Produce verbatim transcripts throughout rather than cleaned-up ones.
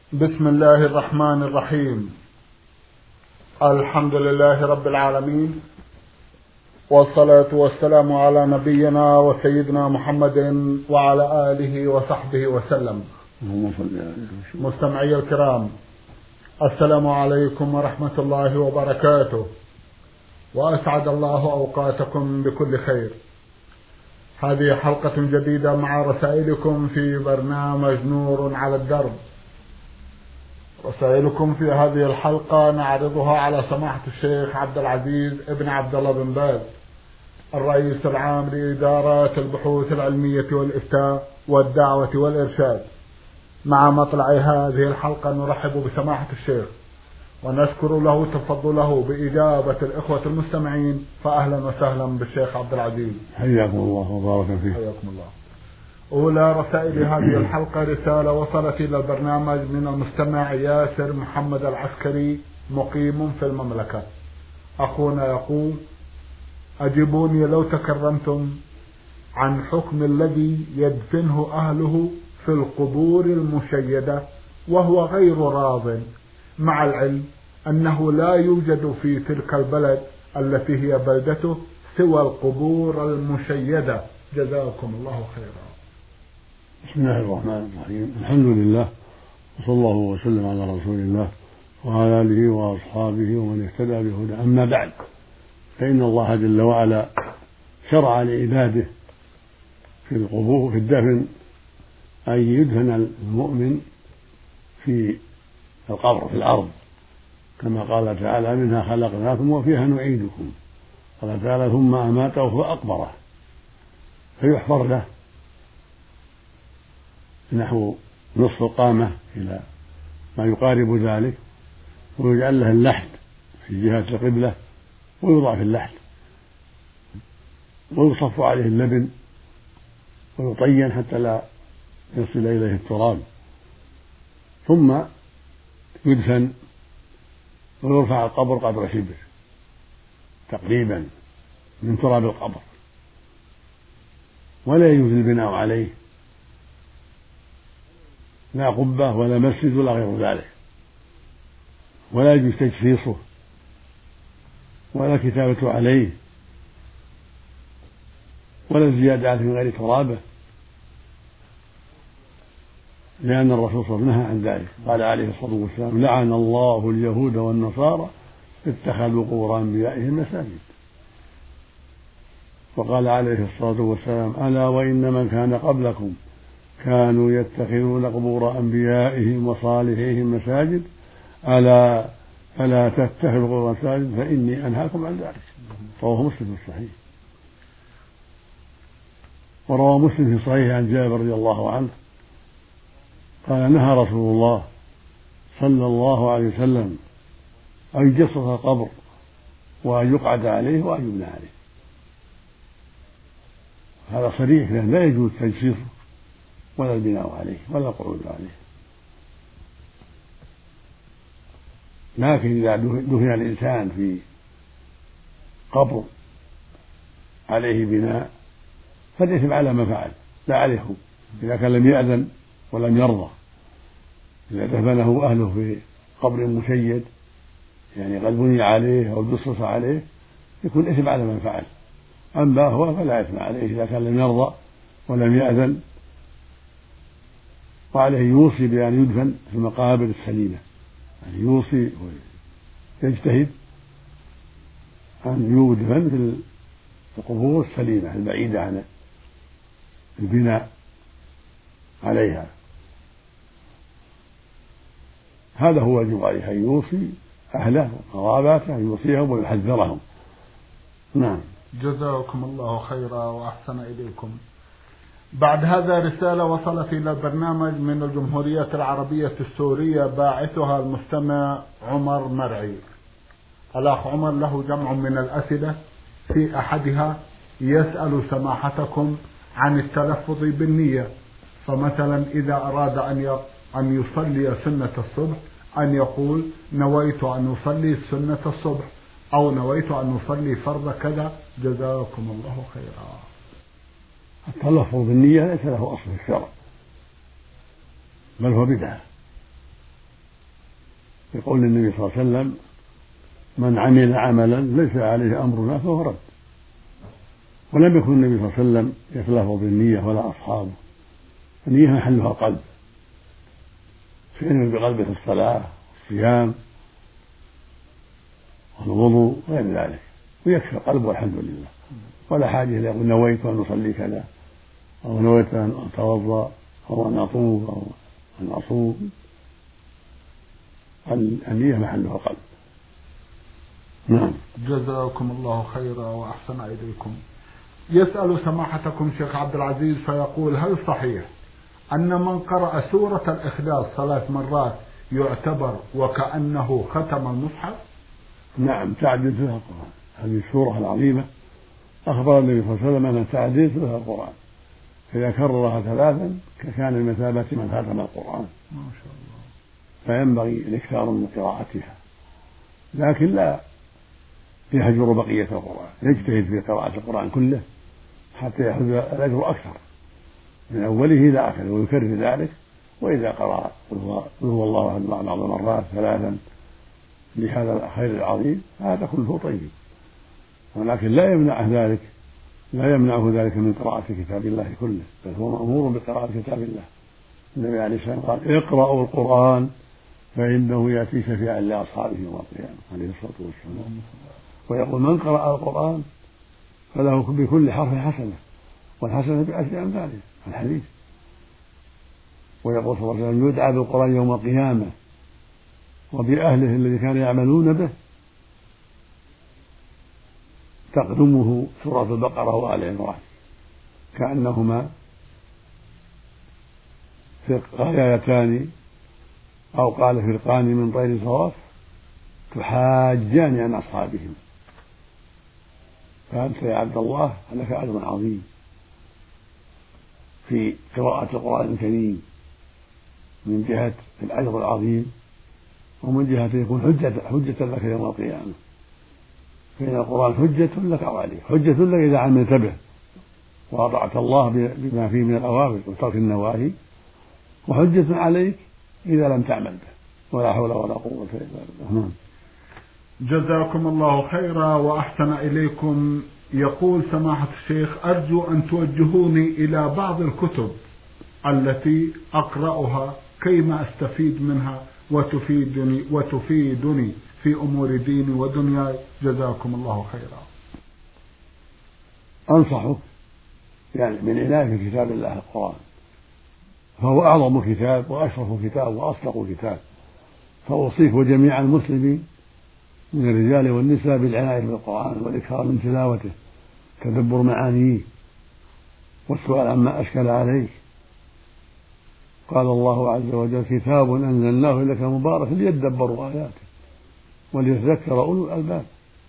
بسم الله الرحمن الرحيم. الحمد لله رب العالمين، والصلاة والسلام على نبينا وسيدنا محمد وعلى آله وصحبه وسلم. مستمعي الكرام، السلام عليكم ورحمة الله وبركاته، وأسعد الله أوقاتكم بكل خير. هذه حلقة جديدة مع رسائلكم في برنامج نور على الدرب. رسائلكم في هذه الحلقة نعرضها على سماحة الشيخ عبد العزيز ابن عبد الله بن باز، الرئيس العام لإدارة البحوث العلمية والإفتاء والدعوة والإرشاد. مع مطلع هذه الحلقة نرحب بسماحة الشيخ ونشكر له تفضله بإجابة الإخوة المستمعين، فأهلا وسهلا بالشيخ عبد العزيز. حياكم الله وبارك فيك. حياكم الله. أولى رسائل هذه الحلقة رسالة وصلت إلى البرنامج من المستمع ياسر محمد العسكري، مقيم في المملكة. أخونا يقول: أجبوني لو تكرمتم عن حكم الذي يدفنه أهله في القبور المشيدة وهو غير راض، مع العلم أنه لا يوجد في تلك البلد التي هي بلدته سوى القبور المشيدة. جزاكم الله خيرا. بسم الله الرحمن الرحيم. الحمد لله، وصلى الله وسلم على رسول الله وعلى آله وأصحابه ومن اهتدى بهداه. أما بعد، فإن الله جل وعلا شرع لعباده في القبور في الدفن أن يدفن المؤمن في القبر في الأرض، كما قال تعالى: منها خلقناكم وفيها نعيدكم. قال تعالى: ثم أماته فأقبره، فيحفر له نحو نصف القامة إلى ما يقارب ذلك، ويجعل له اللحد في جهة القبلة ويوضع في اللحد، ويصف عليه اللبن ويطين حتى لا يصل إليه التراب، ثم يدفن ويرفع القبر قدر شبر تقريبا من تراب القبر، ولا يجوز البناء عليه، لا قبة ولا مسجد ولا غير ذلك، ولا يجوز تجسيسه ولا كتابته عليه ولا الزيادة عليه من غير ترابه، لأن الرسول صلى الله عليه وسلم نهى عن ذلك. قال عليه الصلاة والسلام: لعن الله اليهود والنصارى اتخذوا قبور أنبيائهم مساجد. وقال عليه الصلاة والسلام: ألا وإن من كان قبلكم كانوا يتخذون قبور أنبيائهم وصالحيهم مساجد، ألا فلا تتخذوا قبور مساجد فإني أنهاكم عن ذلك. رواه مسلم في الصحيح. وروى مسلم في صحيح عن جابر رضي الله عنه قال: نهى رسول الله صلى الله عليه وسلم أن يجسس القبر وأن يقعد عليه وأن يبنى عليه. هذا صريح، لأن لا يجوز تجسيسه ولا البناء عليه ولا القعود عليه. لكن إذا دفن الإنسان في قبر عليه بناء فالإثم على ما فعل لا عليهم، إذا كان لم يأذن ولم يرضى. إذا دفنه أهله في قبر مشيد، يعني قد بني عليه أو دسس عليه، يكون إثم على من فعل. أما هو فلا إثم عليه إذا كان لم يرضى ولم يأذن. وعليه يوصي بأن يدفن في المقابر السليمة، يعني يوصي ويجتهد أن يدفن في القبور السليمة البعيدة عن البناء عليها. هذا هو واجب عليه، أن يوصي أهله وقراباته، أن يوصيهم ويحذرهم. نعم. جزاكم الله خيرا وأحسن إليكم. بعد هذا رسالة وصلت إلى البرنامج من الجمهورية العربية السورية، باعثها المستمع عمر مرعي. الأخ عمر له جمع من الأسئلة، في أحدها يسأل سماحتكم عن التلفظ بالنية، فمثلا إذا أراد أن يصلي سنة الصبح أن يقول: نويت أن أصلي سنة الصبح، أو نويت أن أصلي فرض كذا. جزاكم الله خيرا. التلفظ بالنية ليس له أصل في الشرع، بل هو بدعة، يقول النبي صلى الله عليه وسلم: من عمل عملا ليس عليه أمرنا فهو رد. ولم يكن النبي صلى الله عليه وسلم يتلفظ بالنية ولا أصحابه. النية محلها القلب، فينوي بقلبه في الصلاة والصيام والوضوء وغير ذلك، ويكفي القلب والحمد لله، ولا حاجة إلى يقول نويت أن أصلي كذا، أو نويت أن أتوضأ، أو أن أطوف، أو أن أصوم. النية محلها القلب. نعم. جزاكم الله خيرا وأحسن إليكم. يسأل سماحتكم شيخ عبد العزيز فيقول: هل صحيح أن من قرأ سورة الإخلاص ثلاث مرات يعتبر وكأنه ختم المصحف؟ نعم، تعديل ثلث القرآن. هذه السورة العظيمة أخبر النبي صلى الله عليه وسلم أن تعديل ثلث القرآن، إذا كررها ثلاثا كان بمثابة من ختم القرآن. ما شاء الله. فينبغي الاكثار من قراءتها، لكن لا يهجر بقية القرآن، يجتهد في قراءة القرآن كله حتى يأخذ الأجر أكثر من أوله إلى آخره، ويكرر ذلك. وإذا قرأ قل هو الله أحد بعض مرات ثلاثا لهذا الخير العظيم هذا كله طيب، ولكن لا يمنع ذلك لا يمنعه ذلك من قراءة كتاب الله كله، بل هو مأمور بقراءة كتاب الله. النبي عليه الصلاة والسلام قال: اقرأوا القرآن فإنه يأتي شفيعا لأصحابه يوم القيامة عليه الصلاة والسلام. ويقول: من قرأ القرآن فله بكل حرف حسنة، والحسنة بعشر أمثالها، الحديث. ويقول صلى الله عليه وسلم: يدعى بالقرآن يوم القيامة وبأهله الذي كانوا يعملون به، تقدمه سورة البقرة وآل عمران كأنهما فرقايتان، أو قال فرقان من طير صواف تحاجان عن أصحابهم. فأنت يا عبد الله لك أجر عظيم في قراءة القرآن الكريم، من جهة الأجر العظيم، ومن جهة يكون حجة حجة لك يوم القيامة. فإن القرآن حجة لك وعليك، حجة لك إذا عملت به وأطعت الله بما فيه من الأوامر وترك النواهي، وحجة عليك إذا لم تعمل به، ولا حول ولا قوة إلا بالله. جزاكم الله خيرا وأحسن إليكم. يقول سماحة الشيخ: أرجو أن توجهوني إلى بعض الكتب التي أقرأها كيما أستفيد منها وتفيدني وتفيدني في أمور ديني ودنياي، جزاكم الله خيرا. أنصحك يعني بالعناية في كتاب الله القرآن، فهو أعظم كتاب وأشرف كتاب وأصدق كتاب، فأوصيك وجميع المسلمين من الرجال والنساء بالعناية بالقرآن والإكثار من تلاوته، تدبر معانيه، والسؤال عما أشكل عليك. قال الله عز وجل: كتاب أنزلناه إليك مبارك ليدبروا آياته وليتذكر أولو الألباب.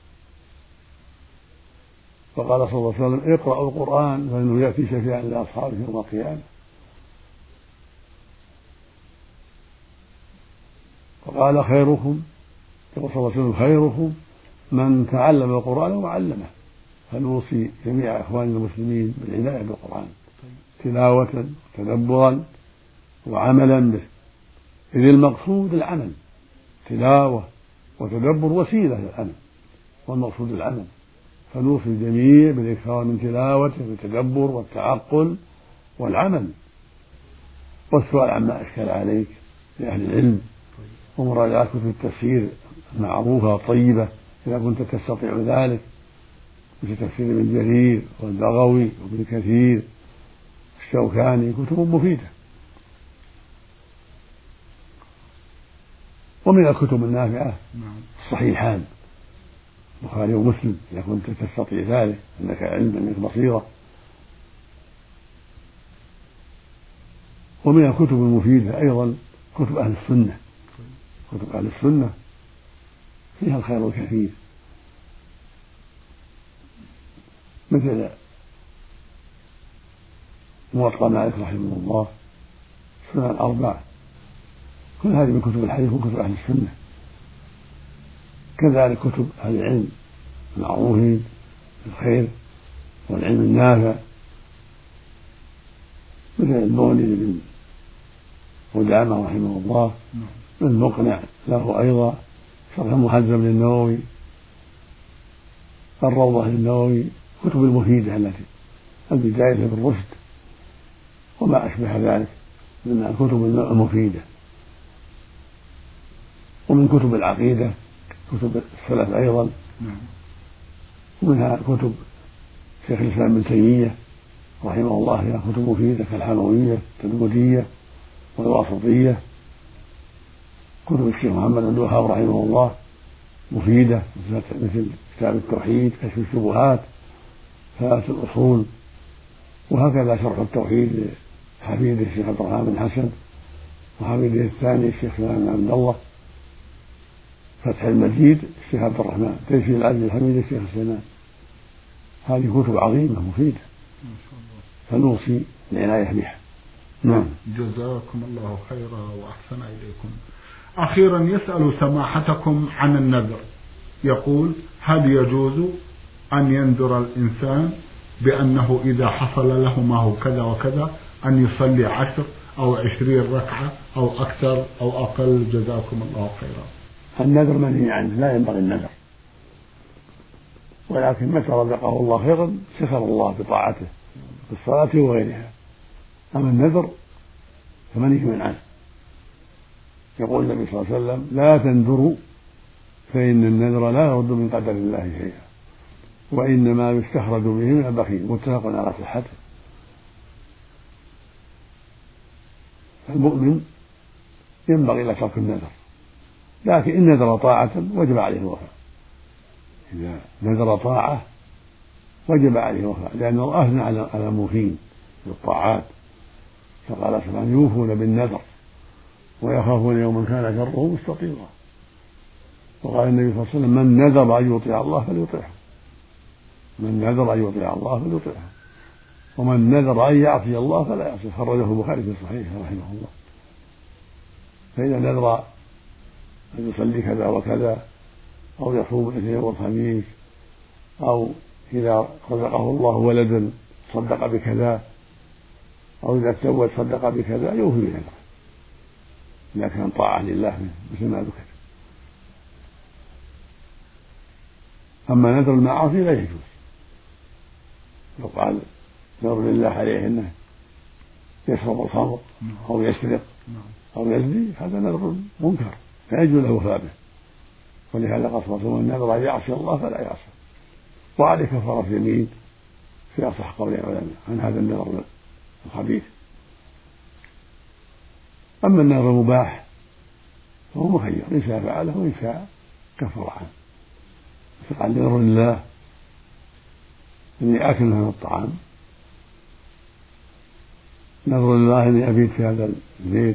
فقال صلى الله عليه وسلم: اقرأوا القرآن فإنه يأتي شفيعا لأصحابه يوم القيامة. فقال: خيركم يقول صلى الله عليه وسلم: خيركم من تعلم القرآن وعلمه. فنوصي جميع إخواننا المسلمين بالعناية بالقرآن تلاوة وتدبرا وعملا به، إذ المقصود العمل، تلاوة وتدبر وسيلة للعمل، والمقصود العمل. فنوصي الجميع بالإكثار من تلاوته والتدبر والتعقل والعمل، والسؤال عما أشكل عليك لأهل العلم، ومراجعة كتب التفسير المعروفة الطيبة إذا كنت تستطيع ذلك، مثل تفسير ابن جرير والبغوي وابن كثير الشوكاني، كتب مفيدة. ومن الكتب النافعة الصحيحان البخاري ومسلم إذا كنت تستطيع ذلك، أنك علم أنك بصيرة. ومن الكتب المفيدة أيضا كتب أهل السنة، كتب أهل السنة فيها الخير الكثير، مثل موطأ مالك رحمه الله، سنن الأربعة، كل هذه من كتب الحديث وكتب أهل السنة. كذلك كتب أهل العلم المعروفين بالخير والعلم النافع، مثل المغني بن قدامة رحمه الله، المقنع له أيضا، شرح المهذب للنووي، الروضة للنووي، كتب المفيدة التي البداية بالرشد وما أشبه ذلك من الكتب المفيدة. ومن كتب العقيدة كتب السلف أيضا، ومنها كتب شيخ الإسلام ابن تيمية رحمه الله فيها كتب مفيدة كالحموية التلمودية والواسطية. كتب الشيخ محمد بن عبد الوهاب رحمه الله مفيدة مثل كتاب التوحيد، كشف الشبهات، ثلاث الأصول. وهكذا شرح التوحيد لحفيده الشيخ عبد الرحمن بن حسن، وحفيده الثاني الشيخ سليمان بن عبد الله، فتح المجيد الشيخ عبد الرحمن، تيسير العزيز الحميد الشيخ سليمان. هذه كتب عظيمة مفيدة فنوصي العناية بها. نعم. جزاكم الله خيرا وأحسن إليكم. أخيرا يسأل سماحتكم عن النذر، يقول: هل يجوز أن ينذر الإنسان بأنه إذا حصل له ما هو كذا وكذا أن يصلي عشر أو عشرين ركعة أو أكثر أو أقل؟ جزاكم الله خيرا. النذر منهي عنه، لا ينبغي النذر، ولكن متى رزقه الله خيرا شكر الله بطاعته بالصلاة وغيرها. أما النذر فمنهي عنه. يقول النبي صلى الله عليه وسلم: لا تنذروا فإن النذر لا يرد من قدر الله شيئا وإنما يستخرج به من البخيل. متفق على صحته. المؤمن ينبغي له ترك النذر، لكن إن نذر طاعة وجب عليه الوفاء. إذا نذر طاعة وجب عليه الوفاء، لأنه أثنى على الموفين بالطاعات، فقال سبحانه: يوفون بالنذر ويخافون يوما كان شره مستطيرا. وقال النبي صلى الله عليه وسلم: من نذر أن يطيع الله فليطيعه، من نذر أن يطيع الله فليطيعه، ومن نذر أن يعصي الله فلا يعصي. خرجه البخاري في صحيحه رحمه الله. فإذا نذر أن يصلي كذا وكذا أو يصوم الاثنين والخميس، أو إذا رزقه الله ولدا صدق بكذا، أو إذا تزوج صدق بكذا، يوفي بنذره إذا كان طاعة لله مثل ما ذكر. أما نذر المعاصي لا يجوز. لو قال نذر لله عليه أنه يشرب الخمر أو يسرق أو يزني، هذا نذر منكر لا يجوز له الوفاء به. ولهذا قال صلى الله عليه وسلم: من نذر أن يعصي الله فلا يعصي، وعليه كفارة يمين في أصح قول العلماء عن هذا النذر الخبيث. أما النذر المباح فهو مخير، إن شاء فعله وإن شاء كفر عنه. فقال: نذر لله إني آكل من الطعام، نذر لله إني أبيت في هذا البيت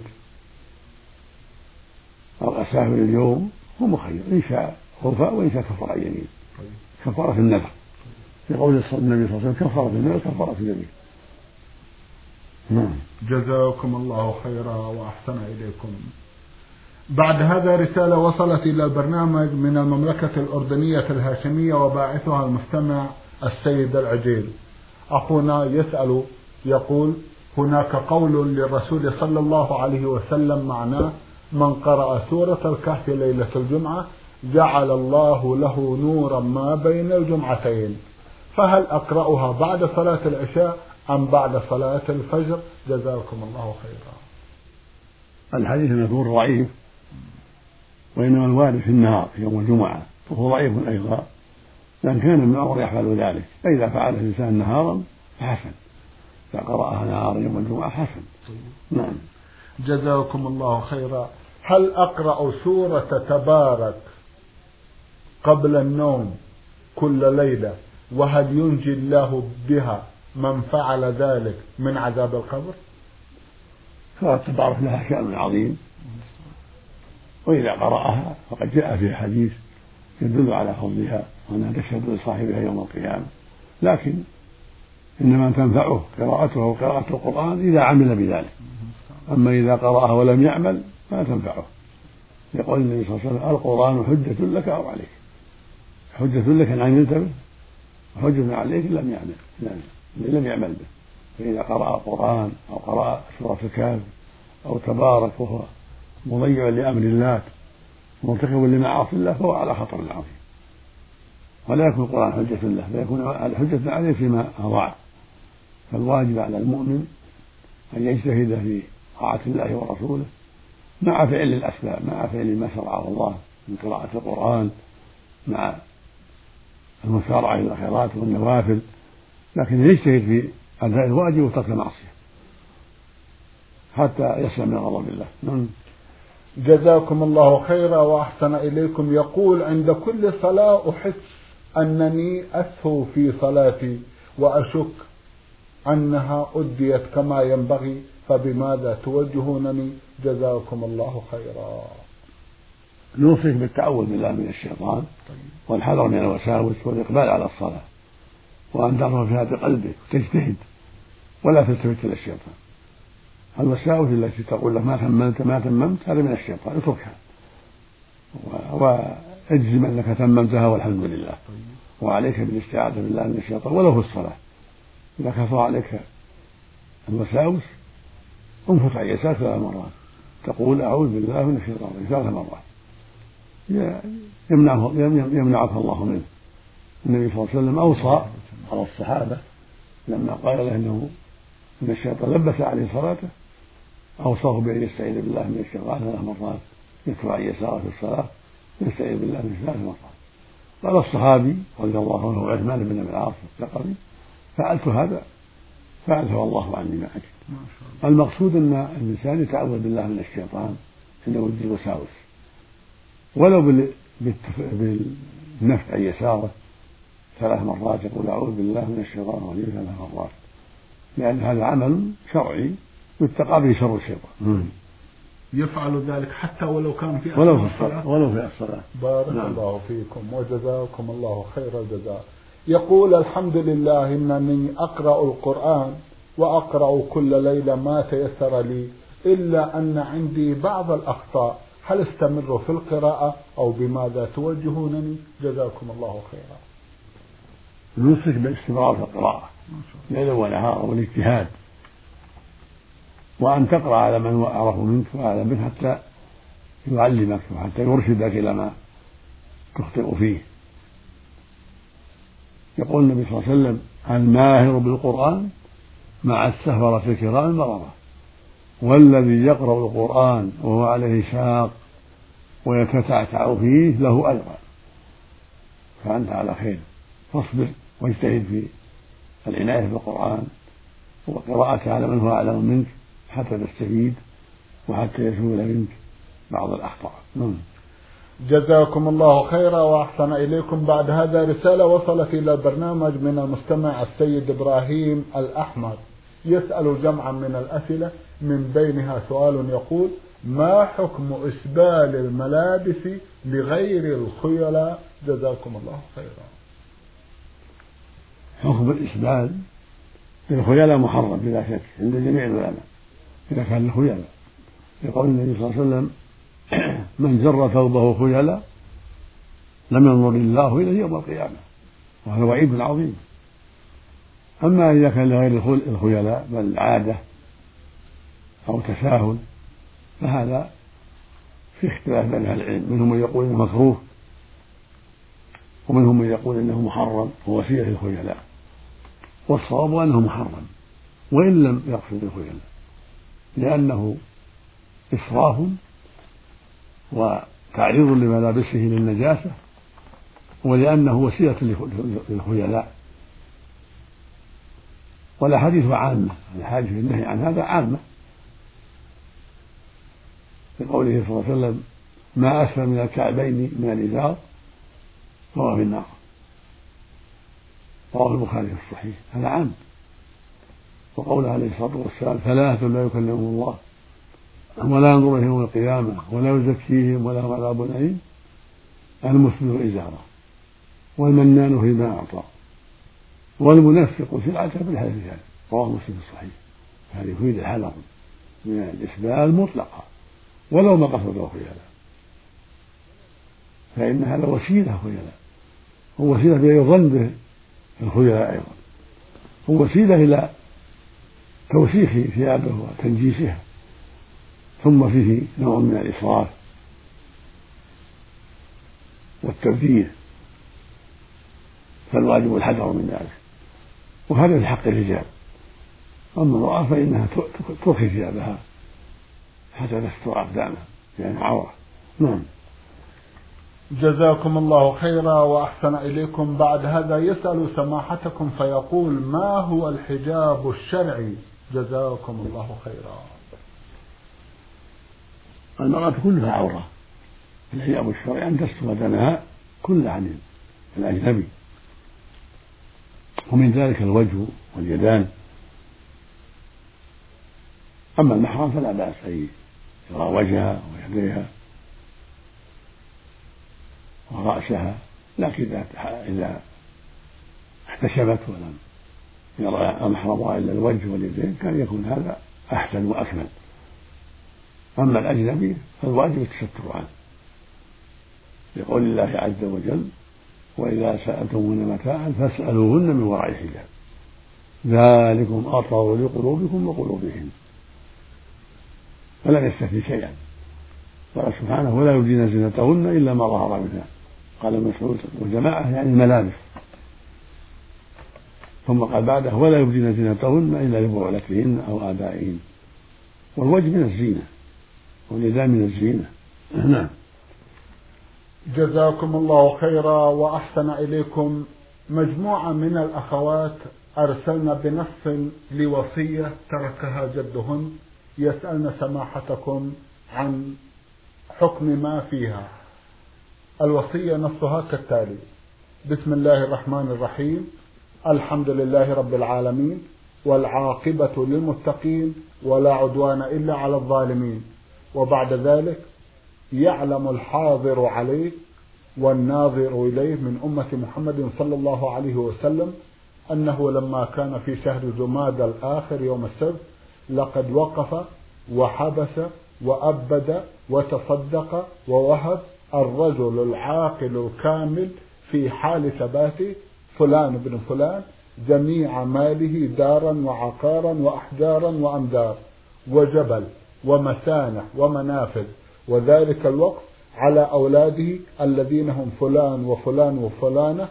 أو أسافر اليوم، هو مخير، إن شاء وفاء وإن شاء كفر عن يمين. كفارة النذر في قول النبي صلى الله عليه وسلم: كفارة النذر كفارة اليمين. نعم. جزاكم الله خيرا وأحسن إليكم. بعد هذا رسالة وصلت إلى البرنامج من المملكة الأردنية الهاشمية وباعثها المستمع السيد العجيل. أخونا يسأل يقول: هناك قول للرسول صلى الله عليه وسلم معناه: من قرأ سورة الكهف ليلة الجمعة جعل الله له نورا ما بين الجمعتين، فهل أقرأها بعد صلاة العشاء أم بعد صلاة الفجر؟ جزاكم الله خيرا. الحديث المذكور ضعيف، وإنما الوارد في النهار في يوم الجمعة فهو ضعيف أيضا، لأن كان ابن عمر يفعل ذلك، فإذا فعل الإنسان نهارا فحسن، إذا قرأها نهارا يوم الجمعة حسن. نعم. جزاكم الله خيرا. هل أقرأ سورة تبارك قبل النوم كل ليلة، وهل ينجي الله بها من فعل ذلك من عذاب القبر؟ فتبارك لها شأن عظيم، وإذا قرأها فقد جاء في حديث يدل على فضلها وأنها تشهد لصاحبها يوم القيامة، لكن إنما تنفعه قراءته وقراءة القرآن إذا عمل بذلك، أما إذا قرأها ولم يعمل ما تنفعه. يقول النبي صلى الله عليه وسلم: القرآن حجة لك أو عليك، حجة لك إن عملت به، وحجة عليك إن لم يعمل إن لم يعمل به. فإذا قرأ القرآن أو قرأ سورة الكهف أو تبارك وهو مضيع لأمر الله مرتكب لمعاصي الله فهو على خطر عظيم، ولا يكون القرآن حجة له، فيكون حجة عليه فيما أضاع. فالواجب على المؤمن أن يجتهد في طاعة الله ورسوله مع فعل الأسباب، مع فعل ما شرعه الله من قراءة القرآن، مع المسارعة إلى الخيرات والنوافل، لكن يجتهد في أداء الواجب وترك المعصية حتى يسلم من غضب الله. جزاكم الله خيرا وأحسن إليكم. يقول: عند كل صلاة أحس أنني أسهو في صلاتي وأشك أنها أديت كما ينبغي، فبماذا توجهونني؟ جزاكم الله خيرا. نوصيك بالتعوذ بالله من الشيطان والحذر من الوساوس والإقبال على الصلاة، وأن ترغب فيها بقلبك وتجتهد ولا تلتفت إلى الشيطان. الوساوس التي تقول لك ما تممت ما تممت هذا من الشيطان، اتركها واجزم أنك تممتها والحمد لله. وعليك بالاستعاذة بالله من الشيطان ولو في الصلاة. إذا كثر عليك الوساوس انفث عن يسارك ثلاث مرات، تقول أعوذ بالله من الشيطان ثلاث مرات يمنعه يمنعك الله منه. النبي صلى الله عليه وسلم أوصى على الصحابة لما قال له إنه إن الشيطان لبس عليه صلاته، أوصاه بأن يستعيذ بالله من الشيطان ثلاث مرات، يكفر عن يساره في الصلاة، يستعيذ بالله من ثلاث مرات. قال الصحابي رضي الله عنه عثمان بن أبي العاص الثقفي: فعلت هذا فعله الله عني ما أجد. المقصود أن الإنسان يتعوذ بالله من الشيطان عند وجود الوساوس، ولو بالنفع عن يساره ثلاث مرات، يقول أعوذ بالله من الشيطان الرجيم ثلاث مرات، لأن هذا عمل شرعي يتقى به شر الشيطان. يفعل ذلك حتى ولو كان في ولو في الصلاة ولو في الصلاة. بارك نعم. الله فيكم وجزاكم الله خير الجزاء. يقول: الحمد لله إنني أقرأ القرآن وأقرأ كل ليلة ما تيسر لي، إلا أن عندي بعض الأخطاء، هل استمر في القراءة أو بماذا توجهونني؟ جزاكم الله خيرا. نوصيك بالاستمرار في القراءة ليلا ونهارا والاجتهاد، وأن تقرأ على من هو أعرف منك وأعلم منك حتى يعلمك وحتى يرشدك إلى ما تخطئ فيه. يقول النبي صلى الله عليه وسلم: الماهر بالقرآن مع السهرة الكرام البررة، والذي يقرأ القرآن وهو عليه شاق ويتتعتع فيه له أجران. فأنت على خير، فاصبر واجتهد في العناية بالقرآن وقراءته على من هو أعلم منك حتى تستفيد وحتى يزول منك بعض الأخطاء. جزاكم الله خيرا وأحسن إليكم. بعد هذا رسالة وصلت إلى البرنامج من المستمع السيد إبراهيم الأحمر، يسأل جمعا من الأسئلة، من بينها سؤال يقول: ما حكم إسبال الملابس لغير الخيلاء؟ جزاكم الله خيرا. حكم الإسبال للخيلاء محرم بلا شك عند جميع العلماء إذا كان الخيلاء، يقول النبي صلى الله عليه وسلم: من جر ثوبه خيلاء لم ينظر الله إليه يوم القيامة، وهذا وعيد عظيم. أما إذا كان لغير الخيلاء بل عادة أو تساهل فهذا في اختلاف بين أهل العلم، منهم من يقول إنه مكروه ومنهم من يقول إنه محرم ووسيلة للخيلاء، والصواب أنه محرم وإن لم يقصد الخيلاء، لأنه إسراف وتعريض لملابسه للنجاسة، ولأنه وسيلة للخيلاء. والأحاديث عامة، الحاديث في النهي عن هذا عامة، لقوله صلى الله عليه وسلم: ما أسفل من الكعبين من الإزار فهو في النار، رواه البخاري في الصحيح، هذا عام. وقوله عليه الصلاة والسلام: ثلاثة لا يكلمهم الله ولا ينظر إليهم يوم القيامة ولا يزكيهم ولهم عذاب أليم: المسبل إزاره، والمنان فيما أعطى، والمنفق سلعته بالحلف، رواه مسلم في الصحيح. هذه يفيد الحذر من الإسبال مطلقا ولو ما قصده خيلاء، فإن هذا وسيلة خيلاء، هو وسيلة إلى يظن به الخيلاء أيضا، هو وسيلة إلى توسيخ ثيابه وتنجيسها، ثم فيه نوع من الإسراف والتبذير، فالواجب الحذر من ذلك، وهذا في حق الرجال. أما المرأة فإنها ترخي ثيابها حتى تستر أقدامها لأنها عورة. نعم. جزاكم الله خيرا وأحسن إليكم. بعد هذا يسأل سماحتكم فيقول: ما هو الحجاب الشرعي؟ جزاكم الله خيرا. المرأة كلها عورة، الحجاب الشرعي أن تستر بدنها كل عن الأجنبي، ومن ذلك الوجه واليدان. أما المحرم فلا بأس أن يرى وجهها ويديها ورأسها، لكن إذا احتشمت ولم يرى محرمها إلا الوجه واليدين كان يكون هذا أحسن وأكمل. أما الأجنبي فالواجب التستر عنه، لقول الله عز وجل: وإذا سألتموهن متاعا فاسألوهن من وراء حجاب ذلكم أطهر لقلوبكم وقلوبهن. فلم يستثني شيئا، قال سبحانه: ولا يبدين زينتهن إلا ما ظهر منها. قال ابن مسعود وجماعة يعني الملابس، ثم قال بعده: ولا يبدين زينتهن إلا لبعولتهن أو آبائهن. والوجه من الزينة واليدان من الزينة. نعم. جزاكم الله خيرا وأحسن إليكم. مجموعة من الأخوات أرسلنا بنص لوصية تركها جدهن، يسألن سماحتكم عن حكم ما فيها. الوصية نصها كالتالي: بسم الله الرحمن الرحيم، الحمد لله رب العالمين، والعاقبة للمتقين، ولا عدوان إلا على الظالمين. وبعد ذلك: يعلم الحاضر عليه والناظر إليه من أمة محمد صلى الله عليه وسلم أنه لما كان في شهر جمادى الآخر يوم السبت لقد وقف وحبس وأبد وتصدق ووهب الرجل العاقل الكامل في حال ثباته فلان بن فلان جميع ماله دارا وعقارا وأحجارا وأمدار وجبل ومسانح ومنافذ، وذلك الوقف على أولاده الذين هم فلان وفلان وفلانة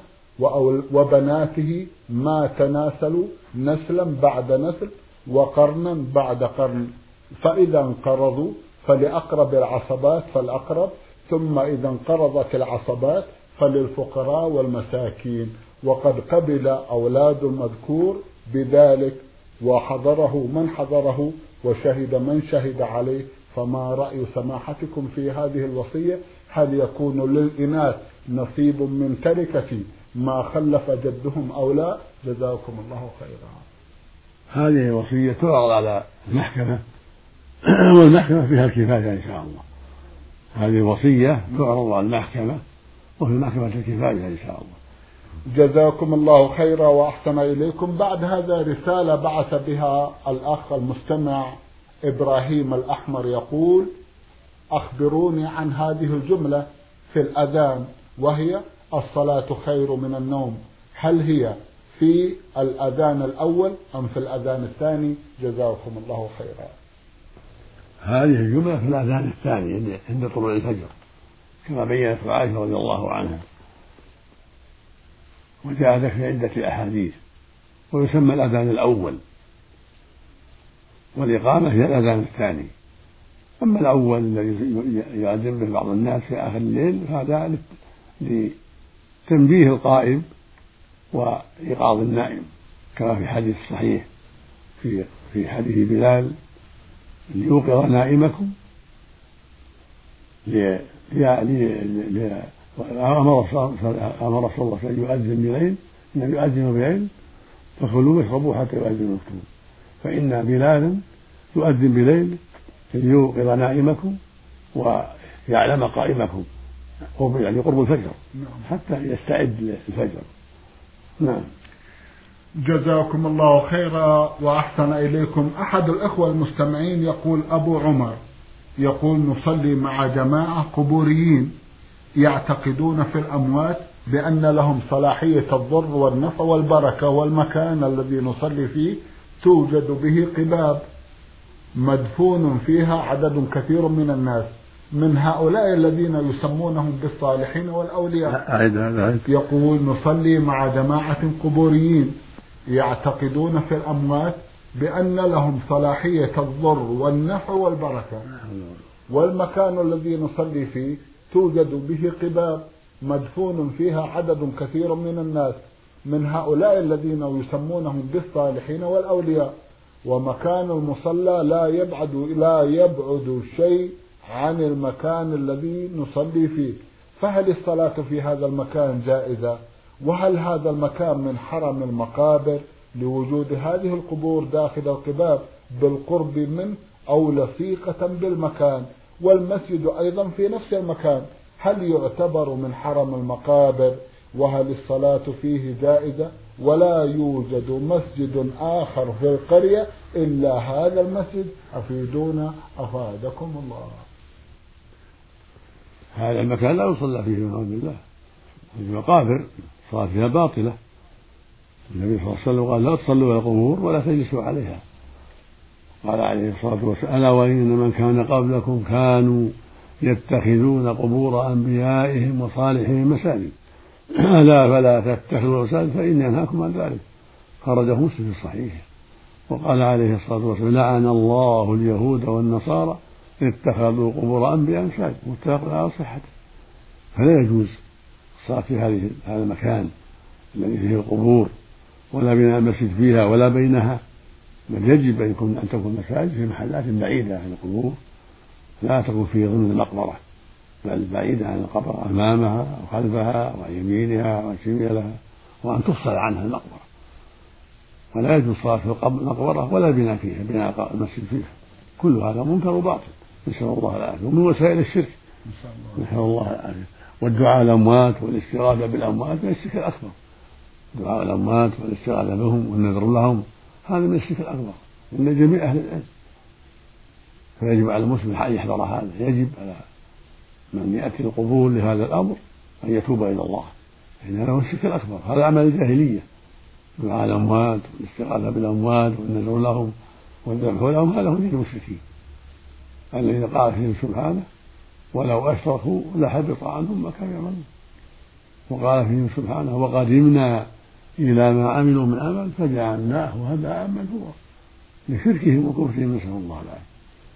وبناته ما تناسلوا نسلا بعد نسل وقرنا بعد قرن، فإذا انقرضوا فلأقرب العصبات فالأقرب، ثم إذا انقرضت العصبات فللفقراء والمساكين. وقد قبل أولاد المذكور بذلك وحضره من حضره وشهد من شهد عليه. فما رأي سماحتكم في هذه الوصية؟ هل يكون للإناث نصيب من تركة ما خلف جدهم أو لا؟ جزاكم الله خيرا. هذه وصية تعرض على المحكمة والمحكمة فيها الكفاية إن شاء الله. هذه وصية تعرض على المحكمة وفي المحكمة الكفاية إن شاء الله. جزاكم الله خيرا وأحسن إليكم. بعد هذا رسالة بعث بها الأخ المستمع إبراهيم الأحمر يقول: أخبروني عن هذه الجملة في الأذان وهي: الصلاة خير من النوم، هل هي في الأذان الأول أم في الأذان الثاني؟ جزاكم الله خيرا. هذه الجملة في الأذان الثاني عند طلوع الفجر كما بينت عائشة رضي الله عنها، وجاء ذلك في عدة أحاديث. ويسمى الأذان الأول، والإقامة هي الأذان الثاني. أما الأول الذي يؤذن به بعض الناس في آخر الليل فهذا لتنبيه القائم وإيقاظ النائم، كما في حديث صحيح في في حديث بلال: ليوقظ نائمكم. أمر رسول الله صلى الله عليه وسلم يؤذن بليل، إن يؤذن بليل فكلوا واشربوا حتى يؤذن مكتوب، فإن بلالا يؤذن بليل ليوقظ نائمكم ويعلم قائمكم، يعني قرب الفجر حتى يستعد للفجر. نعم. جزاكم الله خيرا وأحسن إليكم. أحد الأخوة المستمعين يقول: أبو عمر يقول: نصلي مع جماعة قبوريين يعتقدون في الأموات بأن لهم صلاحية الضر والنفع والبركة، والمكان الذي نصلي فيه توجد به قباب، مدفون فيها عدد كثير من الناس من هؤلاء الذين يسمونهم بالصالحين والأولياء. يقول نصلي مع جماعة قبوريين يعتقدون في الأموات بأن لهم صلاحية الضر والنفع والبركة، والمكان الذي نصلي فيه توجد به قباب مدفون فيها عدد كثير من الناس من هؤلاء الذين يسمونهم بالصالحين والأولياء، ومكان المصلى لا يبعد لا يبعد شيء عن المكان الذي نصلي فيه، فهل الصلاة في هذا المكان جائزة؟ وهل هذا المكان من حرم المقابر لوجود هذه القبور داخل القباب بالقرب منه أو لصيقة بالمكان؟ والمسجد أيضا في نفس المكان، هل يعتبر من حرم المقابر؟ وهل الصلاة فيه جائزة؟ ولا يوجد مسجد آخر في القرية إلا هذا المسجد، أفيدونا أفادكم الله. هذا المكان لا يصلى فيه من عند الله، المقابر صلاة فيها باطلة. النبي صلى الله عليه وسلم قال لا تصلوا على القبور ولا تجلسوا عليها. قال عليه الصلاة والسلام ألا وإن من كان قبلكم كانوا يتخذون قبور أنبيائهم وصالحهم مساجد ألا فلا تتخذوا مساجد فإني أنهاكم عن ذلك. خرجه مسلم في الصحيح. وقال عليه الصلاة والسلام لعن الله اليهود والنصارى اتخذوا قبور أنبياء مساجد، متفق على صحته. فلا يجوز الصلاة في هذه هذا المكان الذي فيه القبور ولا بناء المسجد فيها ولا بينها، بل يجب أن يكون أن تكون مساجد في محلات بعيدة عن القبور، لا تكون في ضمن المقبرة بل بعيدة عن القبر، أمامها أو خلفها وعن يمينها وعن شمالها، وأن تفصل عنها المقبرة. ولا يجوز الصلاة في المقبرة ولا بناء فيها بناء المسجد فيها، كل هذا منكر وباطل، نسأل الله العافية، ومن وسائل الشرك نسأل الله العافية. والدعاء الأموات والاستغاثة بالأموات من الشرك الأكبر، دعاء الأموات والاستغاثة بهم والنذر لهم هذا من الشرك الأكبر من جميع أهل العلم. فيجب على المسلم أن يحذر هذا، يجب على من يأتي القبور لهذا الأمر أن يتوب إلى الله، إن هذا هو الشرك الأكبر، هذا عمل الجاهلية، دعاء الأموات والاستغاثة بالأموات والنذر لهم والذبح لهم هذا هو دين المشركين الذي قال فيه سبحانه ولو أشركوا لحبط عنهم ما كانوا يعملون. وقال فيه سبحانه وقدمنا إلى ما عملوا من عمل فجعلناه هباء منثورا، لشركهم وكفرهم نسأل الله العافية.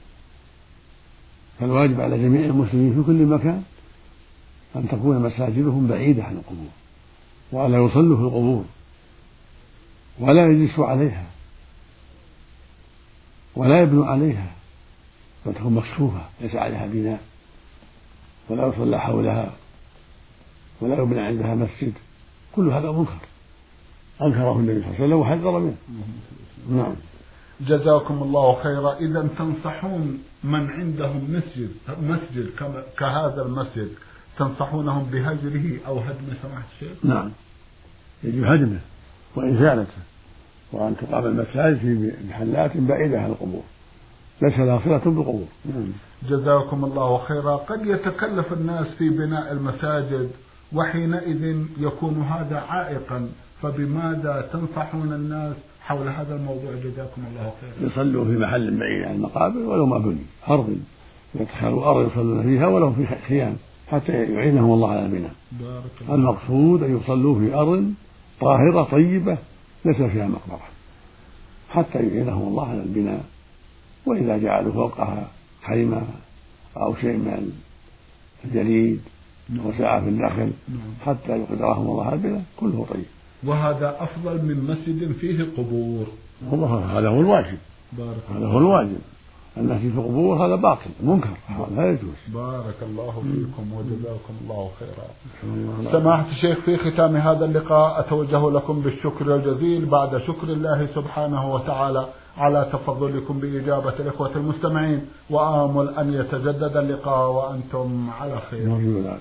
فالواجب على جميع المسلمين في كل مكان أن تكون مساجدهم بعيدة عن القبور، وألا يصلوا في القبور ولا يجلسوا عليها ولا يبنوا عليها، بل تكون مكشوفة ليس عليها بناء، ولا يصلى حولها ولا يبنى عندها مسجد، كل هذا منكر أنكره النبي صلى الله عليه وسلم وحذر منه. نعم. جزاكم الله خيرا. إذا تنصحون من عندهم مسجد مسجد كهذا المسجد تنصحونهم بهجره أو هدمه سماحة الشيخ؟ نعم، يجب هدمه وإزالته، وأن تقام المساجد في محلات بعيدة عن القبور ليس لها صلة بالقبور. جزاكم الله خيرا. قد يتكلف الناس في بناء المساجد وحينئذ يكون هذا عائقا، فبماذا تنصحون الناس حول هذا الموضوع جزاكم الله خيرا؟ يصلوا في محل بعيد عن المقابر ولو ما بني، أرض يتخذوا أرض يصلون فيها ولو في خيام حتى يعينهم الله على البناء. المقصود أن يصلوا في أرض طاهرة طيبة ليس فيها مقبرة حتى يعينهم الله على البناء، وإذا جعلوا فوقها خيمة أو شيء من الجليد وساعة في النخل حتى يقدرهم الله على البناء كله طيب. وهذا أفضل من مسجد فيه قبور. والله هذا هو الواجب، هذا هو الواجب. المسجد في القبور هذا باطل منكر لا يجوز. بارك الله فيكم وجزاكم الله خيرا. سماحة الشيخ، في ختام هذا اللقاء أتوجه لكم بالشكر الجزيل بعد شكر الله سبحانه وتعالى على تفضلكم بإجابة الإخوة المستمعين، وآمل أن يتجدد اللقاء وأنتم على خير.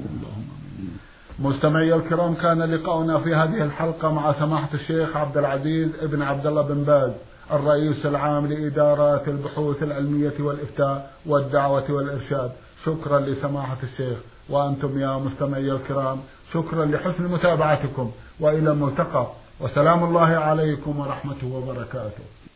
مستمعي الكرام، كان لقاؤنا في هذه الحلقة مع سماحة الشيخ عبد العزيز ابن عبد الله بن باز الرئيس العام لإدارات البحوث العلمية والإفتاء والدعوة والإرشاد. شكرا لسماحة الشيخ، وأنتم يا مستمعي الكرام شكرا لحسن متابعتكم، وإلى الملتقى، وسلام الله عليكم ورحمته وبركاته.